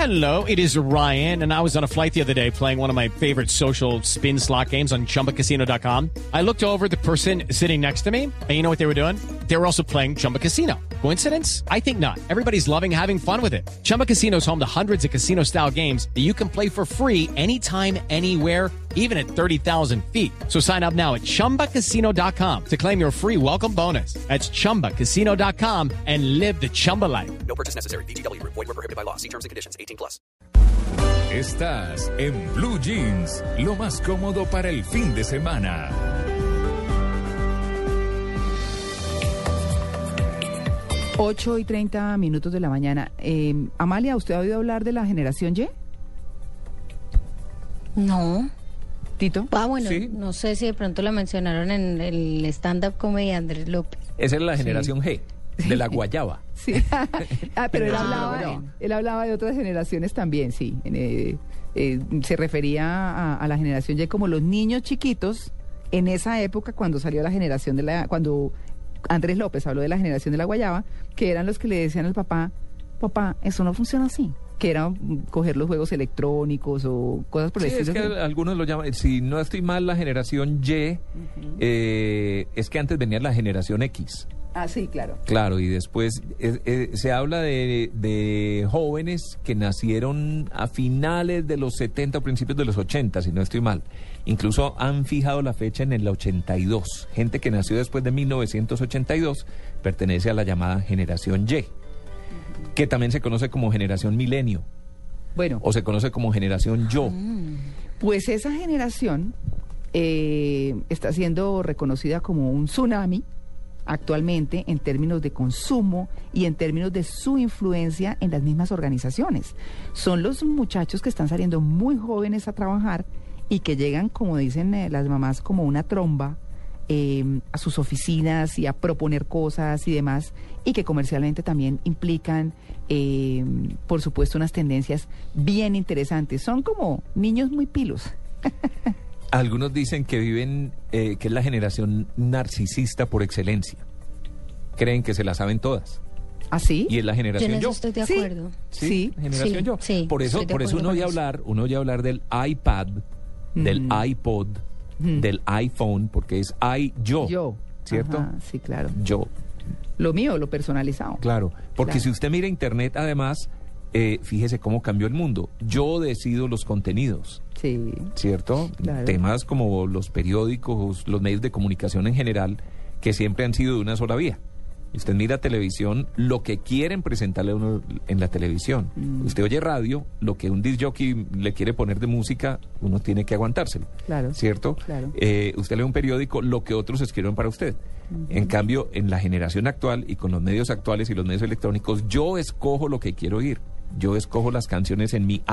Hello, it is Ryan, and I was on a flight the other day playing one of my favorite social spin slot games on ChumbaCasino.com. I looked over at the person sitting next to me, and you know what they were doing? They were also playing Chumba Casino. Coincidence? I think not. Everybody's loving having fun with it. Chumba Casino is home to hundreds of casino-style games that you can play for free anytime, anywhere, even at 30,000 feet. So sign up now at ChumbaCasino.com to claim your free welcome bonus. That's ChumbaCasino.com and live the Chumba life. No purchase necessary. VGW. Void were prohibited by law. See terms and conditions. 18+. Estás en Blue Jeans, lo más cómodo para el fin de semana. Ocho y 30 minutos de la mañana. Amalia, ¿usted ha oído hablar de la generación Y? No. ¿Tito? Bueno, Sí. no sé si de pronto la mencionaron en el stand-up comedy de Andrés López. Esa es la generación G, de la guayaba. Sí. Pero Ah, él hablaba de otras generaciones también, sí. Se refería a la generación Y como los niños chiquitos en esa época cuando salió la generación cuando Andrés López habló de la generación de la guayaba, que eran los que le decían al papá, eso no funciona así. Que era coger los juegos electrónicos o cosas por el Sí, es estilo. que algunos lo llaman, si no estoy mal, la generación Y, es que antes venía la generación X. Ah, sí, claro. Claro, y después se habla de jóvenes que nacieron a finales de los 70 o principios de los 80, si no estoy mal. Incluso han fijado la fecha en el 82. Gente que nació después de 1982 pertenece a la llamada generación Y, que también se conoce como generación milenio, Bueno, o se conoce como generación Yo. pues esa generación está siendo reconocida como un tsunami actualmente en términos de consumo y en términos de su influencia en las mismas organizaciones. Son los muchachos que están saliendo muy jóvenes a trabajar y que llegan, como dicen las mamás, como una tromba a sus oficinas y a proponer cosas y demás, y que comercialmente también implican, por supuesto, unas tendencias bien interesantes. Son como niños muy pilos. Algunos dicen que viven, que es la generación narcisista por excelencia. Creen que se la saben todas. ¿Así? Y es la Yo generación en eso Yo. estoy de Sí. acuerdo. Sí. Generación Sí, Yo. sí, por eso, estoy de por eso acuerdo uno oye hablar del iPad, del iPod, del iPhone, porque es yo. ¿Cierto? Ajá, sí, claro. Yo. Lo mío, lo personalizado. Claro, porque Claro. si usted mira internet, además, fíjese cómo cambió el mundo. Yo decido los contenidos, Sí. ¿cierto? Claro. Temas como los periódicos, los medios de comunicación en general, que siempre han sido de una sola vía. Usted mira televisión, lo que quieren presentarle a uno en la televisión. Usted oye radio, lo que un disc jockey le quiere poner de música, uno tiene que aguantárselo. Claro. ¿Cierto? Claro. Usted lee un periódico, lo que otros escriben para usted. En cambio, en la generación actual y con los medios actuales y los medios electrónicos, yo escojo lo que quiero oír. Yo escojo las canciones en mi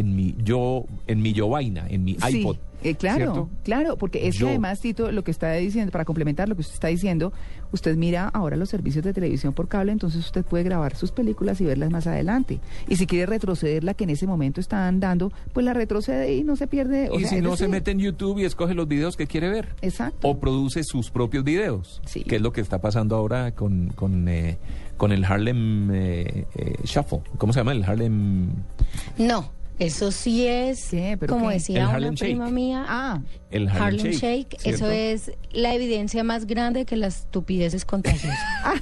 yo vaina, en mi Sí, iPod. claro, ¿cierto? claro, porque es que Yo. además, Tito, lo que está diciendo, para complementar lo que usted está diciendo, usted mira ahora los servicios de televisión por cable, entonces usted puede grabar sus películas y verlas más adelante. Y si quiere retroceder la que en ese momento están dando, pues la retrocede y no se pierde. Y si es no, se decir, mete en YouTube y escoge los videos que quiere ver. Exacto. O produce sus propios videos, Sí. que es lo que está pasando ahora con el Harlem Shuffle. ¿Cómo se llama? El Harlem... No, eso sí es, ¿Qué? ¿Pero como qué? decía El una Harlem Shake. prima mía, Ah, El Harlem Shake, ¿cierto? eso es la evidencia más grande que la estupidez es contagiosa.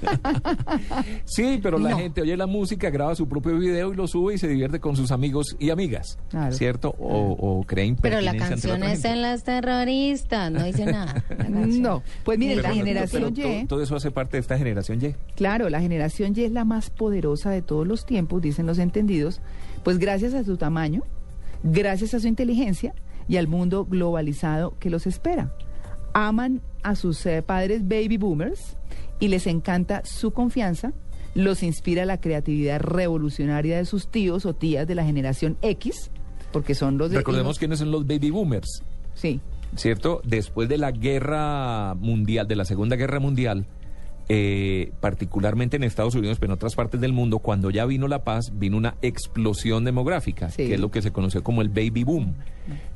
Sí, pero la No. gente oye la música, graba su propio video y lo sube y se divierte con sus amigos y amigas, Claro. ¿cierto? O creen Pero la pertinencia ante canción otra está gente. en las terroristas, no dice nada. la canción. no. Pues mire, Pero la generación pero Y, todo eso hace parte de esta generación Y. claro, la generación Y es la más poderosa de todos los tiempos, dicen los entendidos, pues gracias a su tamaño, gracias a su inteligencia y al mundo globalizado que los espera. Aman a sus padres baby boomers y les encanta su confianza, los inspira la creatividad revolucionaria de sus tíos o tías de la generación X, porque son los de... Recordemos quiénes son los baby boomers, Sí, ¿cierto? Después de la guerra mundial, de la Segunda Guerra Mundial, particularmente en Estados Unidos, pero en otras partes del mundo, cuando ya vino la paz, vino una explosión demográfica, Sí. que es lo que se conoció como el baby boom.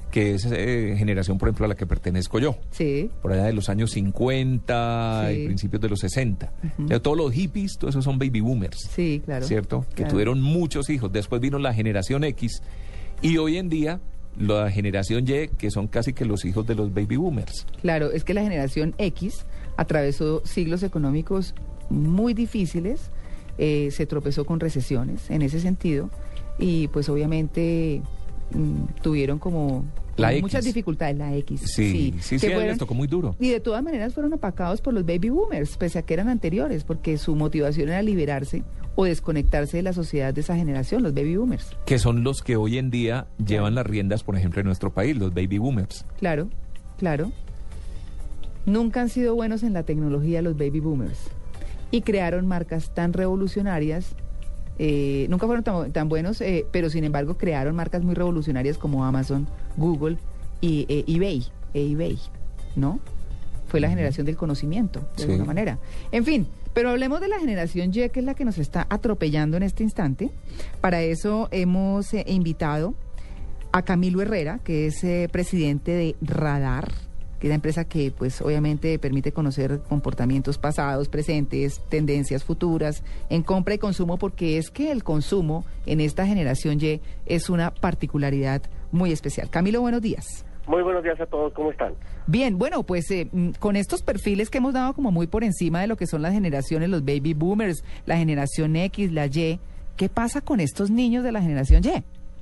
que es generación, por ejemplo, a la que pertenezco yo. Sí. Por allá de los años 50 Sí. y principios de los 60. O sea, todos los hippies, todos esos son baby boomers. Sí, claro. ¿Cierto? Que Claro. tuvieron muchos hijos. Después vino la generación X y hoy en día la generación Y, que son casi que los hijos de los baby boomers. Claro, es que la generación X atravesó siglos económicos muy difíciles, se tropezó con recesiones en ese sentido y pues obviamente tuvieron como La X. muchas dificultades, la X. Sí, que a él les tocó muy duro. Y de todas maneras fueron opacados por los baby boomers, pese a que eran anteriores, porque su motivación era liberarse o desconectarse de la sociedad de esa generación, los baby boomers. Que son los que hoy en día llevan las riendas, por ejemplo, en nuestro país, los baby boomers. Claro, claro. Nunca han sido buenos en la tecnología los baby boomers y crearon marcas tan revolucionarias. Nunca fueron tan buenos, pero sin embargo crearon marcas muy revolucionarias como Amazon, Google y eBay, ¿no? Fue la generación del conocimiento, de Sí. alguna manera. En fin, pero hablemos de la generación Y, que es la que nos está atropellando en este instante. Para eso hemos invitado a Camilo Herrera, que es presidente de Radar, que es la empresa que pues obviamente permite conocer comportamientos pasados, presentes, tendencias futuras en compra y consumo, porque es que el consumo en esta generación Y es una particularidad muy especial. Camilo, buenos días. Muy buenos días a todos, ¿cómo están? Bien, bueno, pues con estos perfiles que hemos dado como muy por encima de lo que son las generaciones, los baby boomers, la generación X, la Y, ¿qué pasa con estos niños de la generación Y?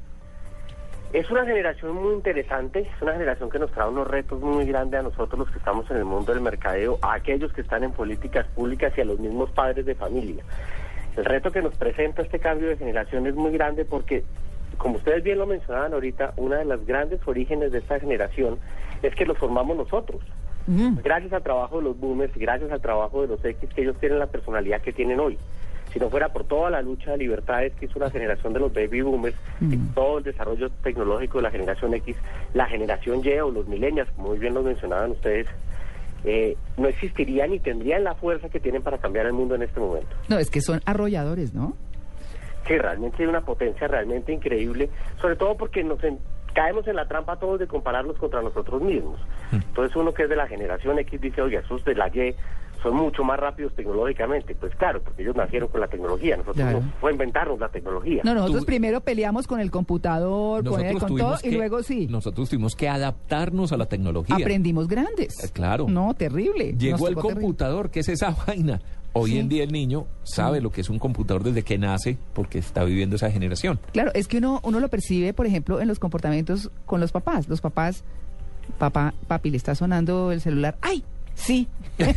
Es una generación muy interesante, es una generación que nos trae unos retos muy grandes a nosotros los que estamos en el mundo del mercadeo, a aquellos que están en políticas públicas y a los mismos padres de familia. El reto que nos presenta este cambio de generación es muy grande porque, como ustedes bien lo mencionaban ahorita, una de las grandes orígenes de esta generación es que los formamos nosotros. Gracias al trabajo de los boomers, gracias al trabajo de los X, que ellos tienen la personalidad que tienen hoy. Si no fuera por toda la lucha de libertades que hizo la generación de los baby boomers y todo el desarrollo tecnológico de la generación X, la generación Y o los millennials, como muy bien lo mencionaban ustedes, no existirían ni tendrían la fuerza que tienen para cambiar el mundo en este momento. No, es que son arrolladores, ¿no? Sí, realmente hay una potencia realmente increíble, sobre todo porque caemos en la trampa todos de compararnos contra nosotros mismos. Entonces uno que es de la generación X dice, oye, esos de la Y son mucho más rápidos tecnológicamente. Pues claro, porque ellos nacieron con la tecnología, nosotros Claro. no fue inventarnos la tecnología. No, nosotros primero peleamos con el computador, con todo, tuvimos y luego sí, Nosotros tuvimos que adaptarnos a la tecnología. aprendimos grandes. Claro. No, terrible. Llegó Nos el tocó terrible. computador, ¿qué es esa vaina? Hoy Sí. en día el niño sabe lo que es un computador desde que nace porque está viviendo esa generación. Claro, es que uno lo percibe, por ejemplo, en los comportamientos con los papás. Los papás, papi, le está sonando el celular. ¡Ay! Sí.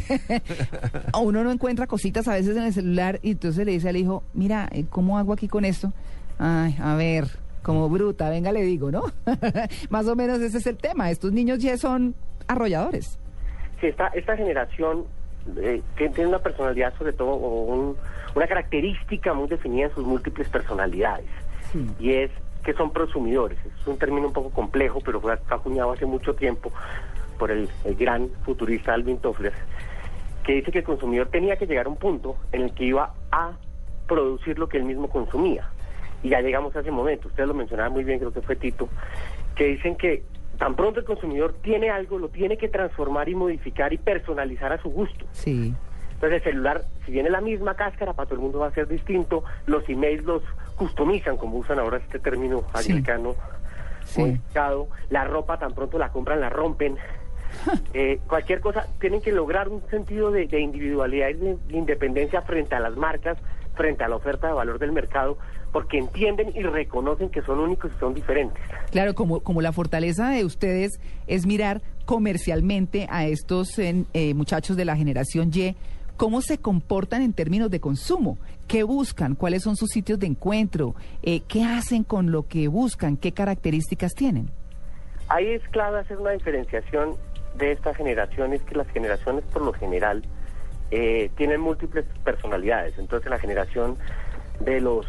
Uno no encuentra cositas a veces en el celular y entonces le dice al hijo, mira, ¿cómo hago aquí con esto? Ay, a ver, como bruta, venga, le digo, ¿no? Más o menos ese es el tema. Estos niños ya son arrolladores. Sí, esta generación tiene una personalidad, sobre todo, o una característica muy definida en sus múltiples personalidades. Sí. Y es que son prosumidores. Es un término un poco complejo, pero fue acuñado hace mucho tiempo por el gran futurista Alvin Toffler, que dice que el consumidor tenía que llegar a un punto en el que iba a producir lo que él mismo consumía. Y ya llegamos a ese momento. Ustedes lo mencionaban muy bien, creo que fue Tito, que dicen que tan pronto el consumidor tiene algo, lo tiene que transformar y modificar y personalizar a su gusto. Sí. Entonces el celular, si viene la misma cáscara, para todo el mundo va a ser distinto. Los emails los customizan, como usan ahora este término Sí. americano, Sí. modificado. La ropa tan pronto la compran, la rompen. Cualquier cosa, tienen que lograr un sentido de individualidad y de independencia frente a las marcas, frente a la oferta de valor del mercado, porque entienden y reconocen que son únicos y son diferentes. Claro, como la fortaleza de ustedes es mirar comercialmente a estos muchachos de la generación Y, cómo se comportan en términos de consumo, qué buscan, cuáles son sus sitios de encuentro, qué hacen con lo que buscan, qué características tienen. Ahí es clave hacer una diferenciación de estas generaciones, que las generaciones por lo general tienen múltiples personalidades. Entonces la generación de los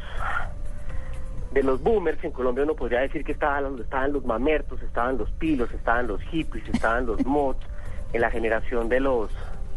boomers en Colombia uno podría decir que estaban los mamertos, estaban los pilos, estaban los hippies, estaban los mods. En la generación de los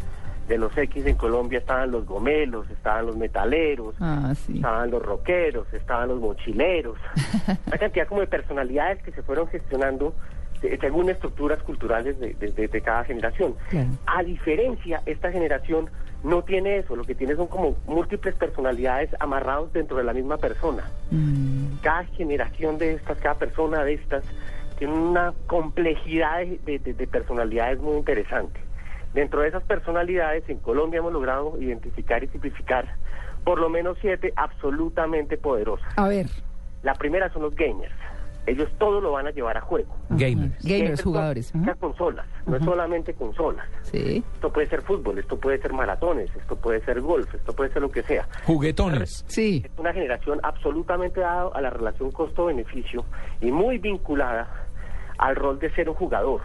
X en Colombia estaban los gomelos, estaban los metaleros, Sí. estaban los rockeros, estaban los mochileros. Una cantidad como de personalidades que se fueron gestionando según estructuras culturales de cada generación. Claro. A diferencia, esta generación no tiene eso, lo que tiene son como múltiples personalidades amarrados dentro de la misma persona. Cada generación de estas, cada persona de estas, tiene una complejidad de personalidades muy interesante. Dentro de esas personalidades, en Colombia hemos logrado identificar y tipificar por lo menos 7 absolutamente poderosas. A ver. La primera son los gamers. Ellos todo lo van a llevar a juego. Gamers. Jugadores. No, consolas, no es solamente consolas. Sí. Esto puede ser fútbol, esto puede ser maratones, esto puede ser golf, esto puede ser lo que sea. Juguetones. Sí. Es una generación absolutamente dada a la relación costo-beneficio y muy vinculada al rol de ser un jugador.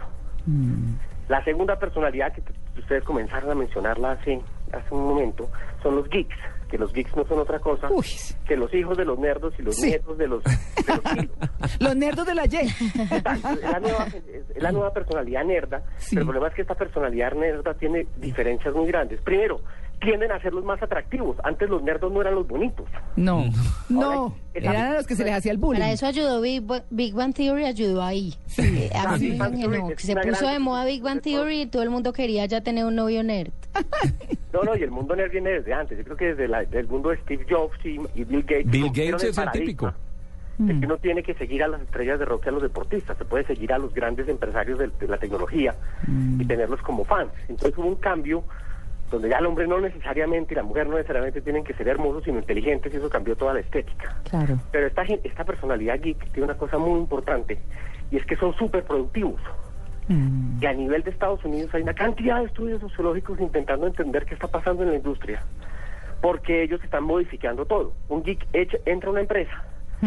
La segunda personalidad que ustedes comenzaron a mencionarla hace un momento son los geeks, que los geeks no son otra cosa que los hijos de los nerdos y los nietos de los kilos. Los nerdos de la Y. Exacto, es la nueva personalidad nerda, pero el problema es que esta personalidad nerda tiene diferencias muy grandes. Primero, tienden a ser los más atractivos. Antes los nerdos no eran los bonitos. No, Ahora, eran a los que se les hacía el bullying. Para eso ayudó Big Bang Theory, ayudó ahí. A mí me imaginó que se puso de moda Big Bang Theory y todo el mundo quería ya tener un novio nerd. No, y el mundo nerd viene desde antes. Yo creo que desde el mundo de Steve Jobs y Bill Gates. Bill Gates es el típico. Es que uno tiene que seguir a las estrellas de rock y a los deportistas. Se puede seguir a los grandes empresarios de la tecnología y tenerlos como fans. Entonces hubo un cambio donde ya el hombre no necesariamente y la mujer no necesariamente tienen que ser hermosos, sino inteligentes, y eso cambió toda la estética. Claro. Pero esta personalidad geek tiene una cosa muy importante, y es que son súper productivos. Y a nivel de Estados Unidos hay una cantidad de estudios sociológicos intentando entender qué está pasando en la industria, porque ellos están modificando todo. Un geek entra a una empresa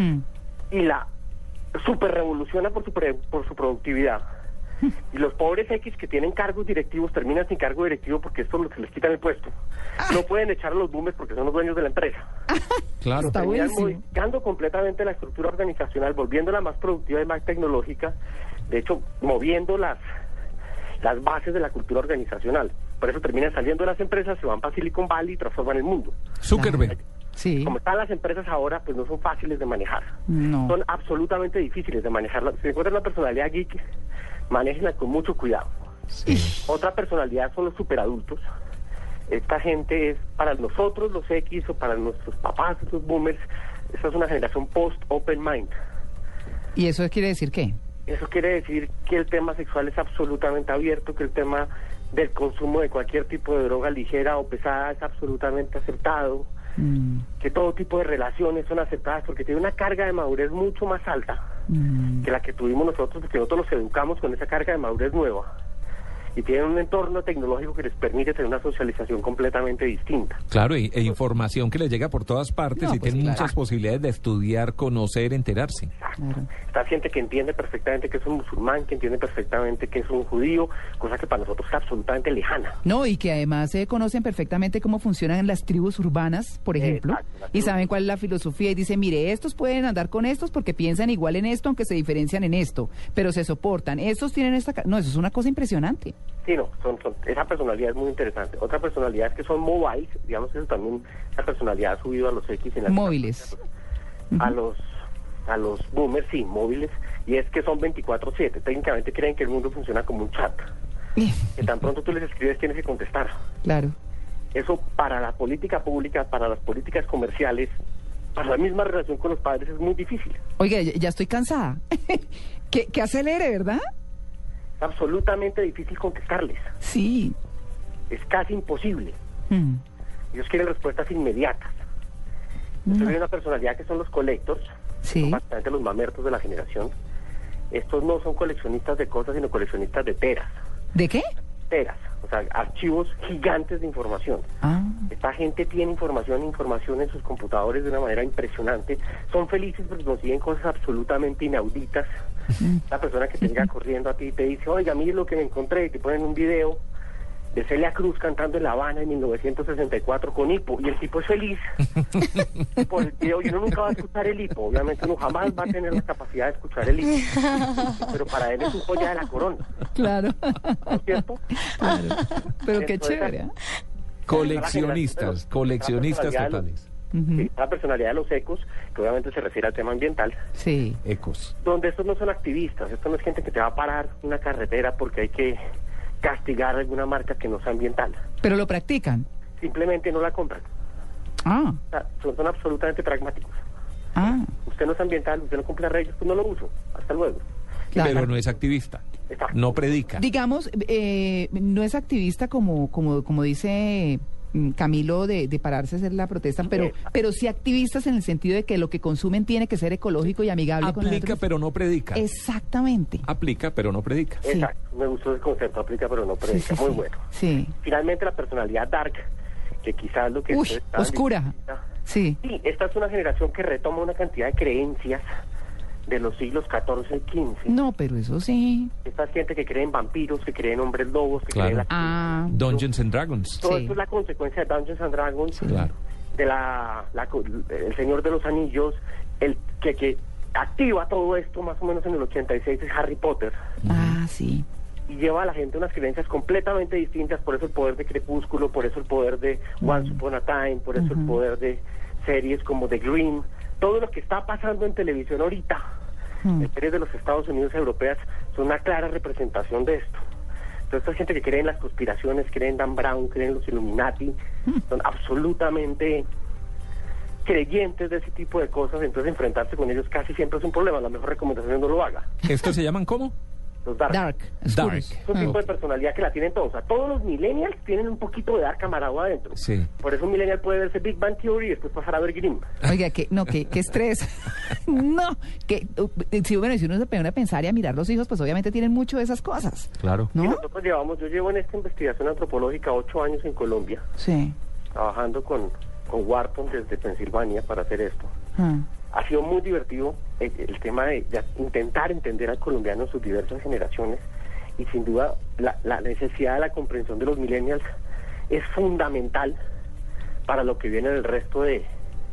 y la super revoluciona por su productividad. Y los pobres X que tienen cargos directivos terminan sin cargo directivo porque esto se les quitan el puesto. No pueden echar a los boomers porque son los dueños de la empresa. Claro. Está Terminan buenísimo. modificando completamente la estructura organizacional, volviéndola más productiva y más tecnológica, de hecho moviendo las bases de la cultura organizacional. Por eso terminan saliendo de las empresas, se van para Silicon Valley y transforman el mundo. Zuckerberg. Sí. Como están las empresas ahora, pues no son fáciles de manejar. No. Son absolutamente difíciles de manejar. Si encuentran una personalidad geek, manéjenla con mucho cuidado. Otra personalidad son los superadultos. Esta gente es para nosotros los X o para nuestros papás, los boomers. Esta es una generación post-open mind. ¿Y eso quiere decir qué? Eso quiere decir que el tema sexual es absolutamente abierto, que el tema del consumo de cualquier tipo de droga ligera o pesada es absolutamente aceptado, que todo tipo de relaciones son aceptadas porque tiene una carga de madurez mucho más alta que la que tuvimos nosotros, porque nosotros los educamos con esa carga de madurez nueva. Y tienen un entorno tecnológico que les permite tener una socialización completamente distinta. Claro, e información que les llega por todas partes No, y pues tienen claro. muchas posibilidades de estudiar, conocer, enterarse. Claro. Está gente que entiende perfectamente que es un musulmán, que entiende perfectamente que es un judío, cosa que para nosotros es absolutamente lejana. No, y que además conocen perfectamente cómo funcionan las tribus urbanas, por ejemplo, Exacto, las y tribus. saben cuál es la filosofía y dicen, mire, estos pueden andar con estos porque piensan igual en esto, aunque se diferencian en esto, pero se soportan. Estos tienen esta... No, eso es una cosa impresionante. Sí, no, esa personalidad es muy interesante. Otra personalidad es que son mobiles, digamos que eso también, esa personalidad ha subido a los X en la Móviles. a los boomers, sí, móviles, y es que son 24/7. Técnicamente creen que el mundo funciona como un chat. Que tan pronto tú les escribes tienes que contestar. Claro. Eso para la política pública, para las políticas comerciales, para la misma relación con los padres es muy difícil. Oiga, ya estoy cansada. que acelere, ¿verdad? Es absolutamente difícil contestarles. Sí. Es casi imposible. Mm. Ellos quieren respuestas inmediatas. Entonces hay una personalidad que son los collectors, Sí. son básicamente los mamertos de la generación. Estos no son coleccionistas de cosas, sino coleccionistas de teras. ¿De qué? Teras, o sea, archivos gigantes de información. Ah. Esta gente tiene información en sus computadores de una manera impresionante. Son felices porque consiguen cosas absolutamente inauditas. La persona que te llega corriendo a ti y te dice, oiga, mire lo que me encontré, y te ponen un video de Celia Cruz cantando en La Habana en 1964 con hipo, y el tipo es feliz por el video, y uno nunca va a escuchar el hipo, obviamente uno jamás va a tener la capacidad de escuchar el hipo, pero para él es un joya de la corona, Claro. ¿no es cierto? Claro. Pero qué Entonces, chévere. ¿Eh? Coleccionistas personalidad totales. Ujú. Sí, la personalidad de los ecos, que obviamente se refiere al tema ambiental, Sí. Ecos. donde estos no son activistas, esto no es gente que te va a parar una carretera porque hay que castigar alguna marca que no sea ambiental. Pero lo practican. Simplemente no la compran. Ah, O sea, son absolutamente pragmáticos. ah. Usted no es ambiental, usted no cumple reglas, pues no lo uso. Hasta luego. Claro. Pero no es activista. Exacto. No predica. Digamos, no es activista como dice Camilo de pararse a hacer la protesta, pero sí activistas en el sentido de que lo que consumen tiene que ser ecológico y amigable con la Aplica, naturaleza. pero no predica. Exactamente. Aplica, pero no predica. Sí. Exacto. Me gustó ese concepto, aplica pero no Sí, predica. sí, Muy sí. bueno. Sí. Finalmente, la personalidad dark, que quizás lo que... Uy, ustedes estaban oscura. diciendo, Sí. Sí, esta es una generación que retoma una cantidad de creencias de los siglos XIV y XV. No, pero eso sí. Esta gente que cree en vampiros, que cree en hombres lobos, que Claro. cree en la... Ah, Dungeons and Dragons. Todo Sí. esto es la consecuencia de Dungeons and Dragons, Claro. de el Señor de los Anillos, el que activa todo esto más o menos en el 86 es Harry Potter. sí. Y lleva a la gente unas creencias completamente distintas, por eso el poder de Crepúsculo, por eso el poder de Once Upon a Time, por eso el poder de series como The Grimm, todo lo que está pasando en televisión ahorita, en series de los Estados Unidos europeas, son una clara representación de esto. Entonces, esta gente que cree en las conspiraciones, cree en Dan Brown, cree en los Illuminati, son absolutamente creyentes de ese tipo de cosas, entonces enfrentarse con ellos casi siempre es un problema. La mejor recomendación es no lo haga. ¿Estos se llaman cómo? Los dark. Dark. oscuros. Es un tipo de personalidad que la tienen todos. O sea, todos los millennials tienen un poquito de dark amarrado adentro. Sí. Por eso un millennial puede verse Big Bang Theory y después pasar a ver Grimm. Oiga, qué estrés. No, si uno se pone a pensar y a mirar los hijos, pues obviamente tienen mucho de esas cosas. Claro. Y ¿No? nosotros yo llevo en esta investigación antropológica 8 años en Colombia, Sí. trabajando con Wharton desde Pensilvania para hacer esto. Ah. Ha sido muy divertido el tema de intentar entender al colombiano en sus diversas generaciones, y sin duda la necesidad de la comprensión de los millennials es fundamental para lo que viene del resto de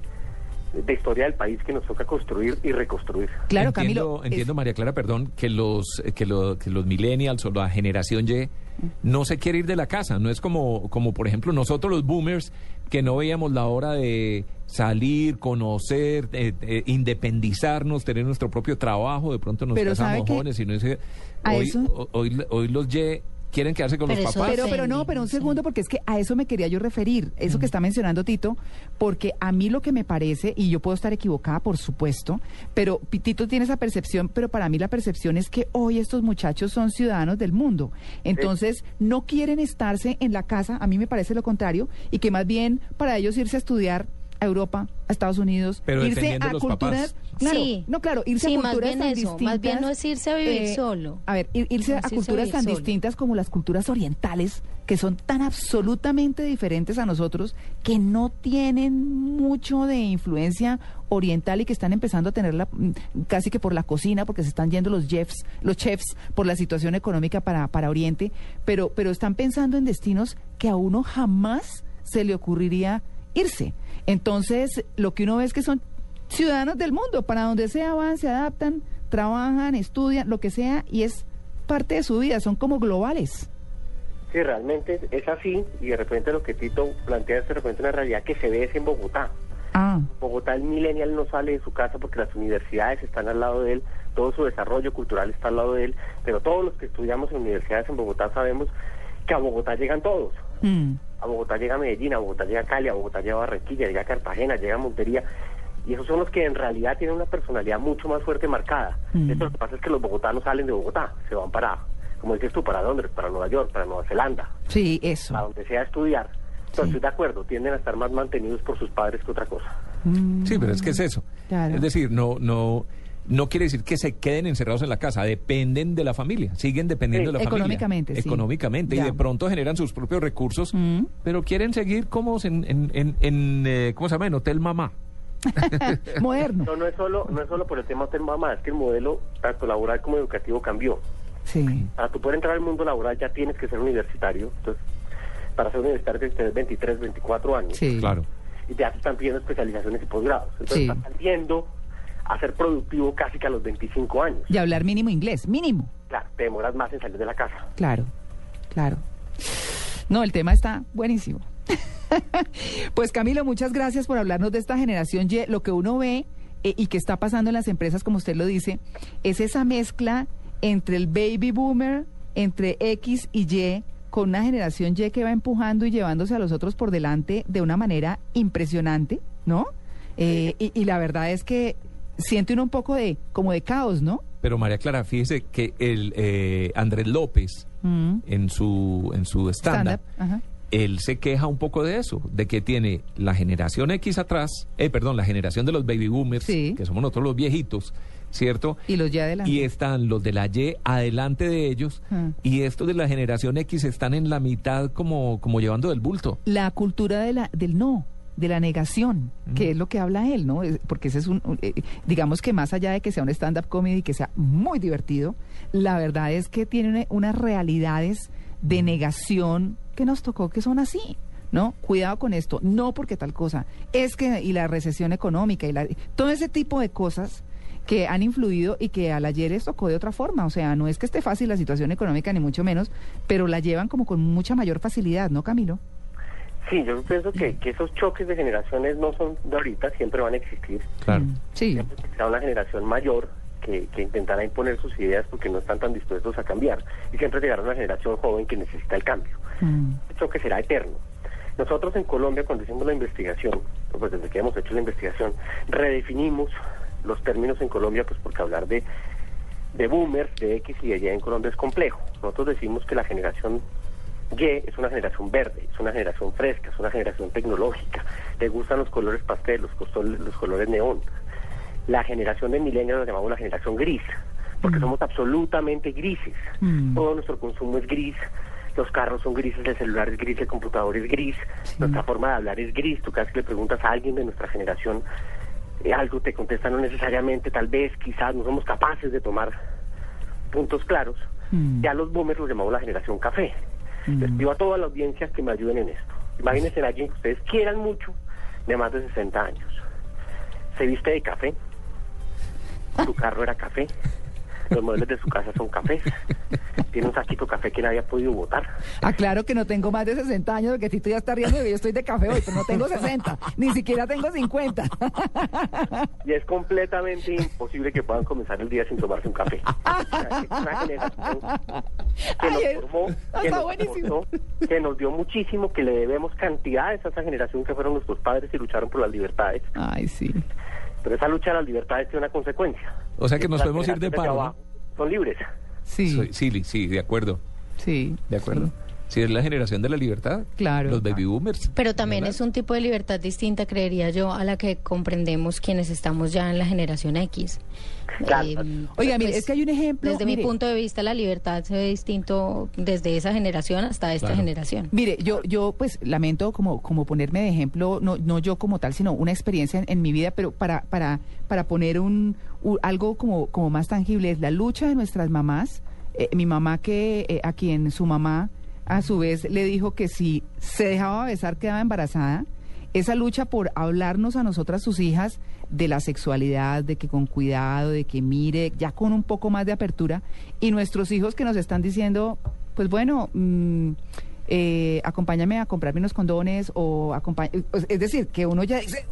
historia del país que nos toca construir y reconstruir. Claro, Camilo. Entiendo, María Clara, perdón, que los millennials o la generación Y no se quiere ir de la casa. No es como por ejemplo nosotros los boomers, que no veíamos la hora de salir, conocer, independizarnos, tener nuestro propio trabajo. De pronto nos Pero ¿sabe casamos qué? jóvenes y no es que A hoy, eso- hoy los Y quieren quedarse con Pero los eso papás. Pero un segundo, porque es que a eso me quería yo referir, eso que está mencionando Tito, porque a mí lo que me parece, y yo puedo estar equivocada, por supuesto, pero Tito tiene esa percepción, pero para mí la percepción es que hoy estos muchachos son ciudadanos del mundo, entonces no quieren estarse en la casa, a mí me parece lo contrario, y que más bien para ellos irse a estudiar a Europa, a Estados Unidos, Pero irse dependiendo a de los culturas, papás. claro, Sí. no, claro, irse Sí, a más culturas bien tan eso, distintas. más bien no es irse a vivir solo. A ver, irse No a es irse a culturas vivir tan solo. distintas como las culturas orientales, que son tan absolutamente diferentes a nosotros, que no tienen mucho de influencia oriental y que están empezando a tenerla casi que por la cocina, porque se están yendo los chefs por la situación económica para Oriente, pero están pensando en destinos que a uno jamás se le ocurriría irse. Entonces, lo que uno ve es que son ciudadanos del mundo, para donde sea van, se adaptan, trabajan, estudian, lo que sea, y es parte de su vida, son como globales. Sí, realmente es así, y de repente lo que Tito plantea es de repente una realidad que se ve es en Bogotá. Ah, Bogotá, el millennial no sale de su casa porque las universidades están al lado de él, todo su desarrollo cultural está al lado de él, pero todos los que estudiamos en universidades en Bogotá sabemos que a Bogotá llegan todos. A Bogotá llega Medellín, a Bogotá llega Cali, a Bogotá llega Barranquilla, llega Cartagena, llega Montería, y esos son los que en realidad tienen una personalidad mucho más fuerte marcada. Esto lo que pasa es que los bogotanos salen de Bogotá, se van para, como dices tú, para Londres, para Nueva York, para Nueva Zelanda, sí, eso. a donde sea a estudiar. Entonces, estoy de acuerdo, tienden a estar más mantenidos por sus padres que otra cosa. Sí, pero es que es eso. Claro. Es decir, no quiere decir que se queden encerrados en la casa, dependen de la familia, siguen dependiendo Sí, de la familia. económicamente, sí. Económicamente, Ya. y de pronto generan sus propios recursos, pero quieren seguir como en ¿cómo se llama? En Hotel Mamá. Moderno. No es solo por el tema Hotel Mamá, es que el modelo tanto laboral como educativo cambió. Sí. Para tú poder entrar al mundo laboral ya tienes que ser universitario. Entonces, para ser universitario tienes que tener 23, 24 años. Sí. Claro. Y ya se están pidiendo especializaciones y posgrados. Entonces, Sí. estás saliendo a ser productivo casi que a los 25 años. Y hablar mínimo inglés, mínimo. Claro, te demoras más en salir de la casa. Claro, claro. No, el tema está buenísimo. Pues Camilo, muchas gracias por hablarnos de esta generación Y. Lo que uno ve y que está pasando en las empresas, como usted lo dice, es esa mezcla entre el baby boomer, entre X y Y, con una generación Y que va empujando y llevándose a los otros por delante de una manera impresionante, ¿no? Y la verdad es que siente uno un poco como de caos, ¿no? Pero María Clara, fíjese que el Andrés López, en su stand-up, él se queja un poco de eso, de que tiene la generación X atrás, la generación de los baby boomers, sí, que somos nosotros los viejitos, ¿cierto? Y los Y adelante. Y están los de la Y adelante de ellos, y estos de la generación X están en la mitad como llevando del bulto. La cultura del no, de la negación, que es lo que habla él, ¿no? Porque ese es digamos que más allá de que sea un stand-up comedy, que sea muy divertido, la verdad es que tiene unas realidades de negación que nos tocó, que son así, ¿no? Cuidado con esto, no porque tal cosa, es que, y la recesión económica, y todo ese tipo de cosas que han influido y que al ayer les tocó de otra forma, o sea, no es que esté fácil la situación económica, ni mucho menos, pero la llevan como con mucha mayor facilidad, ¿no, Camilo? Sí, yo pienso que esos choques de generaciones no son de ahorita, siempre van a existir. Claro. Sí. Siempre será una generación mayor que intentará imponer sus ideas porque no están tan dispuestos a cambiar, y siempre llegará una generación joven que necesita el cambio. El choque será eterno. Nosotros en Colombia, cuando hicimos la investigación, pues desde que hemos hecho la investigación, redefinimos los términos en Colombia, pues porque hablar de boomers, de X y de Y en Colombia es complejo. Nosotros decimos que la generación Y es una generación verde, es una generación fresca, es una generación tecnológica, le gustan los colores pastel, los colores neón. La generación de millennials la llamamos la generación gris, porque somos absolutamente grises. Todo nuestro consumo es gris, los carros son grises, el celular es gris, el computador es gris, nuestra forma de hablar es gris. Tú casi le preguntas a alguien de nuestra generación algo, te contesta no necesariamente, tal vez, quizás, no somos capaces de tomar puntos claros. Ya los boomers los llamamos la generación café. Les pido a toda la audiencia que me ayuden en esto. Imagínense a alguien que ustedes quieran mucho, de más de 60 años. Se viste de café, su carro era café, los muebles de su casa son cafés, tiene un saquito de café que nadie ha podido botar. Claro que no tengo más de 60 años, porque Tito ya está riendo de que yo estoy de café hoy, pero no tengo 60, ni siquiera tengo 50. Y es completamente imposible que puedan comenzar el día sin tomarse un café. Es una generación que nos formó, que nos dio muchísimo, que le debemos cantidades a esa generación que fueron nuestros padres y lucharon por las libertades. Ay, sí. Pero esa lucha de las libertades tiene una consecuencia. O sea que nos podemos ir de paro, ¿no? Son libres. Sí. Sí, de acuerdo. Sí. De acuerdo. Sí. Si es la generación de la libertad, claro, los baby boomers. Pero también ¿verdad? Es un tipo de libertad distinta, creería yo, a la que comprendemos quienes estamos ya en la generación X. Claro. Oiga, mire, es que hay un ejemplo. Desde mi punto de vista, la libertad se ve distinto desde esa generación hasta esta generación. Mire, yo pues lamento como ponerme de ejemplo, no yo como tal, sino una experiencia en mi vida, pero para poner algo como más tangible, es la lucha de nuestras mamás. Mi mamá a quien su mamá a su vez le dijo que si se dejaba besar quedaba embarazada. Esa lucha por hablarnos a nosotras, sus hijas, de la sexualidad, de que con cuidado, de que mire, ya con un poco más de apertura, y nuestros hijos que nos están diciendo, pues bueno, acompáñame a comprarme unos condones, es decir, que uno ya dice,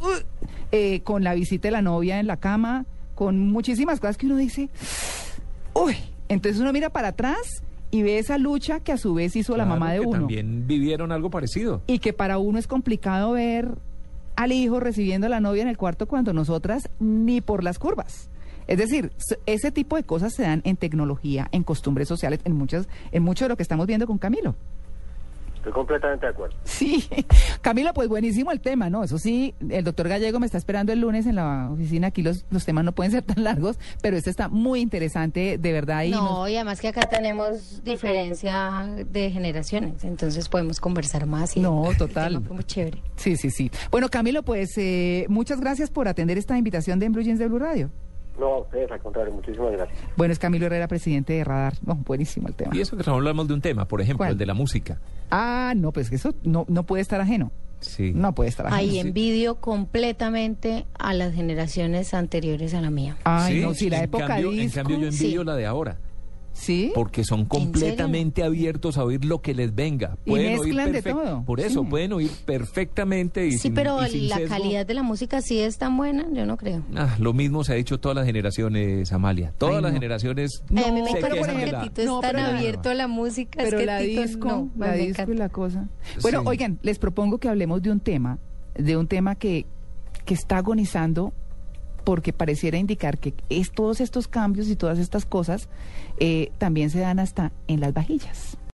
con la visita de la novia en la cama, con muchísimas cosas que uno dice, uy, entonces uno mira para atrás y ve esa lucha que a su vez hizo la mamá de que uno. También vivieron algo parecido. Y que para uno es complicado ver al hijo recibiendo a la novia en el cuarto cuando nosotras ni por las curvas. Es decir, ese tipo de cosas se dan en tecnología, en costumbres sociales, en mucho de lo que estamos viendo con Camilo. Estoy completamente de acuerdo. Sí, Camilo, pues buenísimo el tema, ¿no? Eso sí, el doctor Gallego me está esperando el lunes en la oficina. Aquí los temas no pueden ser tan largos, pero este está muy interesante, de verdad. Y además que acá tenemos diferencia de generaciones, entonces podemos conversar más. No, total. El tema fue muy chévere. Sí. Bueno, Camilo, pues muchas gracias por atender esta invitación de En Blue Jeans de Blue Radio. No, a ustedes, al contrario, muchísimas gracias. Bueno, es Camilo Herrera, presidente de Radar. No, buenísimo el tema. Y eso que no hablamos de un tema, por ejemplo, ¿cuál? El de la música. No, pues eso no puede estar ajeno. Sí. No puede estar ajeno. Ahí envidio completamente a las generaciones anteriores a la mía. Ay, ¿Sí? no, sí, la época disco. En cambio, yo envidio la de ahora. ¿Sí? Porque son completamente abiertos a oír lo que les venga. Y mezclan de todo. Por eso, Sí. pueden oír perfectamente. Y Sí, sin, pero y sin la sesgo. calidad de la música sí es tan buena, yo no creo. Lo mismo se ha dicho todas las generaciones, Amalia. Todas Ay, las no. generaciones No, a mí me se encanta quejan porque de la... Tito es No, tan pero la- abierto a la música. Pero es que la Tito, disco, no, la me disco y encanta. la cosa. Bueno, Sí. oigan, les propongo que hablemos de un tema que está agonizando porque pareciera indicar que todos estos cambios y todas estas cosas también se dan hasta en las vajillas.